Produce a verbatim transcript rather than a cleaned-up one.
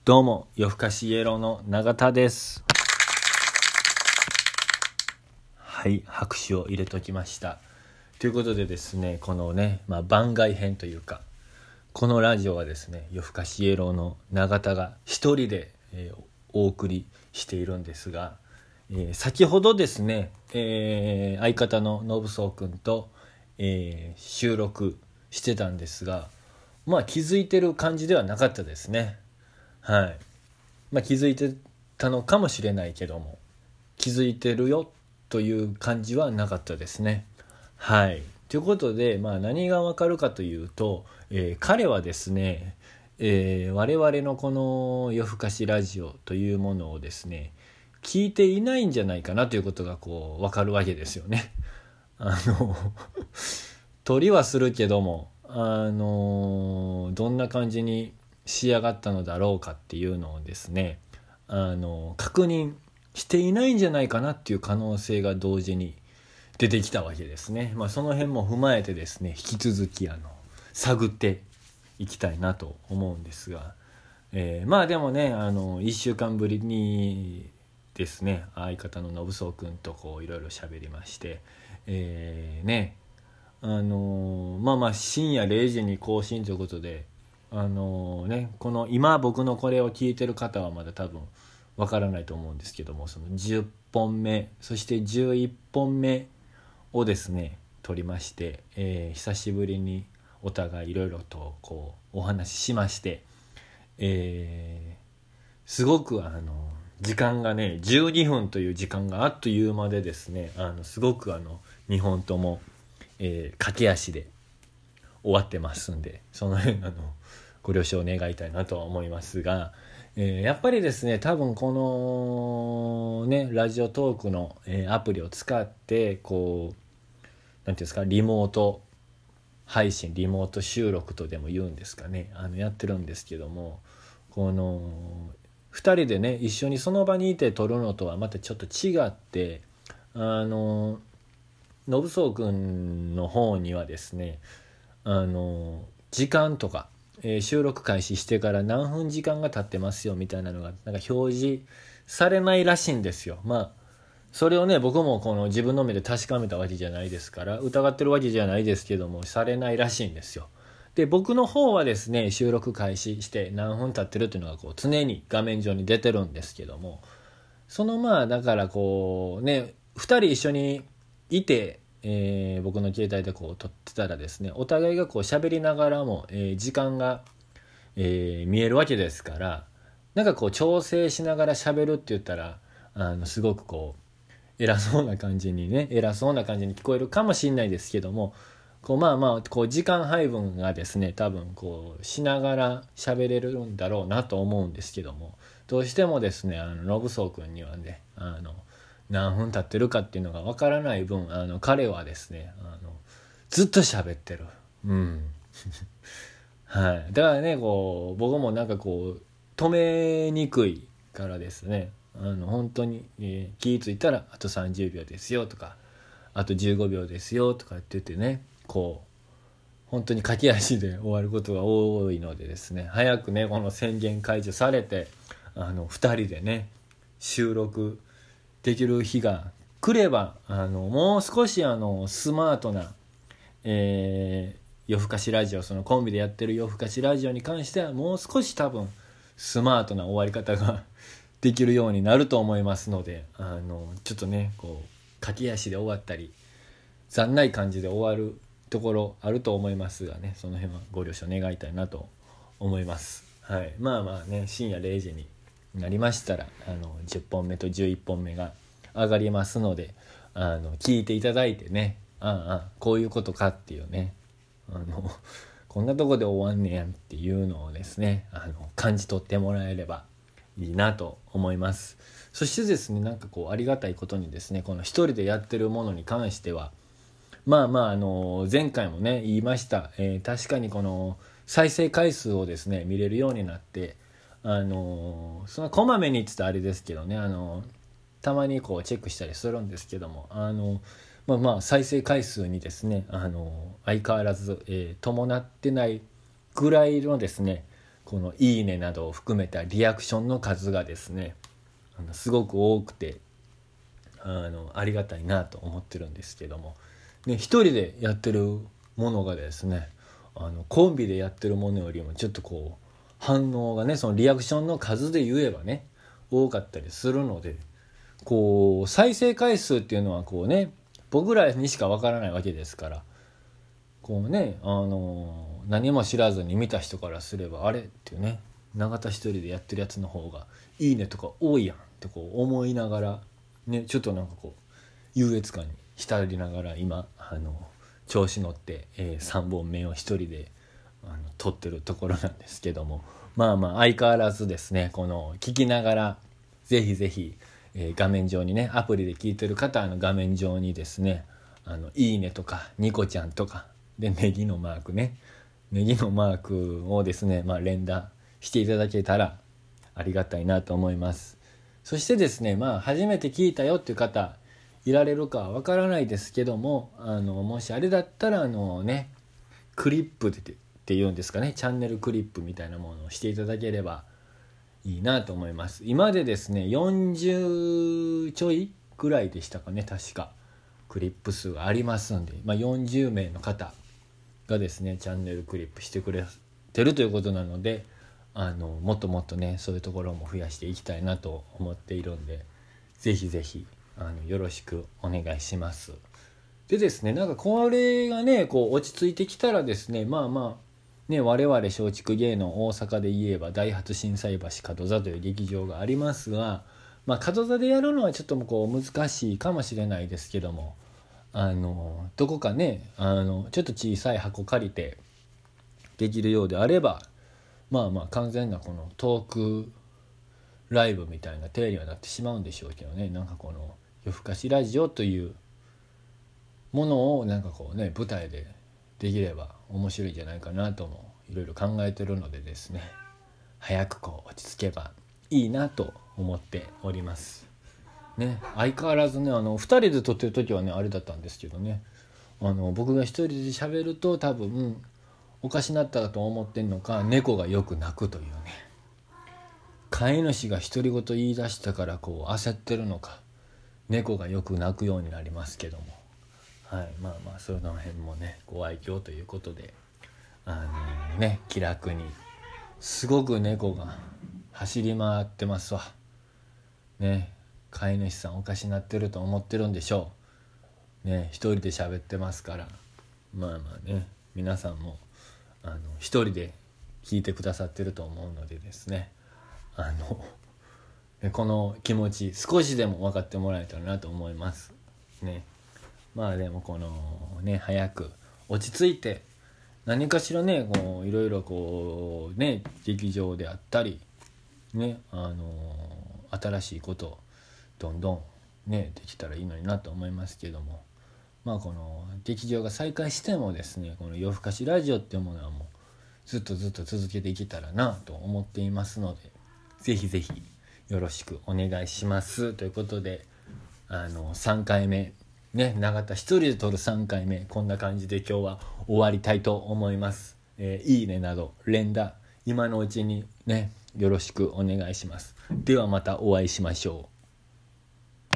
どうも夜更かしイエローの永田です。はい、拍手を入れときました。ということでですね、このね、まあ、番外編というか、このラジオはですね、夜更かしイエローの永田が一人で、えー、お送りしているんですが、えー、先ほどですね、えー、相方の信宗くんと、えー、収録してたんですが、まあ気づいてる感じではなかったですね。はい。まあ気づいてたのかもしれないけども、気づいてるよという感じはなかったですね。はい。ということで、まあ何がわかるかというと、えー彼はですね、えー我々のこの夜更かしラジオというものをですね、聞いていないんじゃないかなということがこうわかるわけですよね。あの取りはするけども、あのどんな感じに仕上がったのだろうかっていうのをですね、あの確認していないんじゃないかなっていう可能性が同時に出てきたわけですね。まあその辺も踏まえてですね、引き続きあの探っていきたいなと思うんですが、えー、まあでもね、あのいっしゅうかんぶりにですね、相方の信宗くんとこういろいろ喋りまして、えー、ねあのー、まあまあ深夜れいじに更新ということで、あのー、ねこの今僕のこれを聞いてる方はまだ多分わからないと思うんですけども、そのじゅっぽんめそしてじゅういっぽんめをですね撮りまして、えー、久しぶりにお互いいろいろとこうお話ししまして、えー、すごくあの時間がねじゅうにふんという時間があっという間でですね、あのすごくあのにほんともえー、駆け足で終わってますんで、その辺あのご了承願いたいなとは思いますが、えー、やっぱりですね、多分このねラジオトークの、えー、アプリを使ってこうなんていうんですか、リモート配信リモート収録とでも言うんですかね、あのやってるんですけども、このふたりでね一緒にその場にいて撮るのとはまたちょっと違って、あの信宗くんの方にはですね、あの時間とか、えー収録開始してから何分時間が経ってますよみたいなのがなんか表示されないらしいんですよ。まあそれをね僕もこの自分の目で確かめたわけじゃないですから疑ってるわけじゃないですけども、されないらしいんですよ。で僕の方はですね、収録開始して何分経ってるっていうのがこう常に画面上に出てるんですけども、そのまあだからこうねふたり一緒にいて、えー僕の携帯でこう撮ってたらですね、お互いがこう喋りながらも、えー時間が、えー見えるわけですから、なんかこう調整しながら喋るって言ったらあのすごくこう偉そうな感じにね偉そうな感じに聞こえるかもしれないですけども、こうまあまあこう時間配分がですね多分こうしながら喋れるんだろうなと思うんですけども、どうしてもですねあの信宗君にはねあの何分経ってるかっていうのがわからない分、あの彼はですねあのずっと喋ってる。うんはい、だからねこう僕もなんかこう止めにくいからですね、あの本当に、えー気ぃ付いたらあとさんじゅうびょうですよとかあとじゅうごびょうですよとかって言ってね、こう本当に駆け足で終わることが多いのでですね、早くねこの宣言解除されてあのふたりでね収録できる日が来れば、あのもう少しあのスマートな、えー夜更かしラジオ、そのコンビでやってる夜更かしラジオに関してはもう少し多分スマートな終わり方ができるようになると思いますので、あのちょっとねこう駆け足で終わったり残ない感じで終わるところあると思いますがね、その辺はご了承願いたいなと思います。はい、まあまあね深夜れいじになりましたらあのじゅっぽんめとじゅういっぽんめが上がりますので、あの聞いていただいてね、ああああこういうことかっていうね、あのこんなとこで終わんねやんっていうのをですねあの感じ取ってもらえればいいなと思います。そしてですね、なんかこうありがたいことにですね、この一人でやってるものに関してはまあまああの前回もね言いました、えー確かにこの再生回数をですね見れるようになって、あのそのこまめにって言ったらあれですけどね、あのたまにこうチェックしたりするんですけども、あのまあまあ再生回数にですねあの相変わらず、えー伴ってないぐらいのですねこのいいねなどを含めたリアクションの数がですねあのすごく多くてあのありがたいなと思ってるんですけども、ね、一人でやってるものがですねあのコンビでやってるものよりもちょっとこう反応がねそのリアクションの数で言えばね多かったりするので、こう再生回数っていうのはこうね僕らにしかわからないわけですから、こうねあの何も知らずに見た人からすればあれっていうね永田一人でやってるやつの方がいいねとか多いやんってこう思いながらねちょっとなんかこう優越感に浸りながら今あの調子乗って、えー、さんぼんめを一人であの撮ってるところなんですけども、まあまあ相変わらずですねこの聞きながらぜひぜひ、えー、画面上にねアプリで聞いてる方の画面上にですねあのいいねとかニコちゃんとかでネギのマークねネギのマークをですね、まあ、連打していただけたらありがたいなと思います。そしてですねまあ初めて聞いたよっていう方いられるかはわからないですけども、あのもしあれだったらあのねクリップっていうんですかねチャンネルクリップみたいなものをしていただければいいなと思います。今でですねよんじゅうちょいぐらいでしたかね確かクリップ数がありますんで、まあ、よんじゅうめいの方がですねチャンネルクリップしてくれてるということなので、あのもっともっとねそういうところも増やしていきたいなと思っているんでぜひぜひあのよろしくお願いします。でですねなんかこれがねこう落ち着いてきたらですねまあまあね我々松竹芸能大阪で言えば大発心斎橋門座という劇場がありますが、まあ門座でやるのはちょっともうこう難しいかもしれないですけども、あのどこかねあのちょっと小さい箱借りてできるようであればまあまあ完全なこのトークライブみたいな体にはなってしまうんでしょうけどね、なんかこの夜更かしラジオというものをなんかこうね舞台でできれば面白いんじゃないかなともいろいろ考えてるのでですね早くこう落ち着けばいいなと思っておりますね。相変わらずねあのふたりで撮ってる時はねあれだったんですけどねあの僕が一人で喋ると多分おかしなったと思ってんのか猫がよく鳴くというね、飼い主が独り言言い出したからこう焦ってるのか猫がよく鳴くようになりますけども、はい、まあまあその辺もねご愛嬌ということであのね気楽にすごく猫が走り回ってますわね。飼い主さんおかしなってると思ってるんでしょうね。一人で喋ってますからまあまあね皆さんもあの一人で聞いてくださってると思うのでですねあのこの気持ち少しでも分かってもらえたらなと思いますね。まあでもこのね早く落ち着いて何かしらねこういろいろこうね劇場であったりねあの新しいことどんどんねできたらいいのになと思いますけども、まあこの劇場が再開してもですねこの夜更かしラジオっていうものはもうずっとずっと続けていけたらなと思っていますのでぜひぜひよろしくお願いしますということであのさんかいめね永田一人で撮るさんかいめこんな感じで今日は終わりたいと思います、えー、いいねなど連打今のうちにねよろしくお願いします。ではまたお会いしましょう。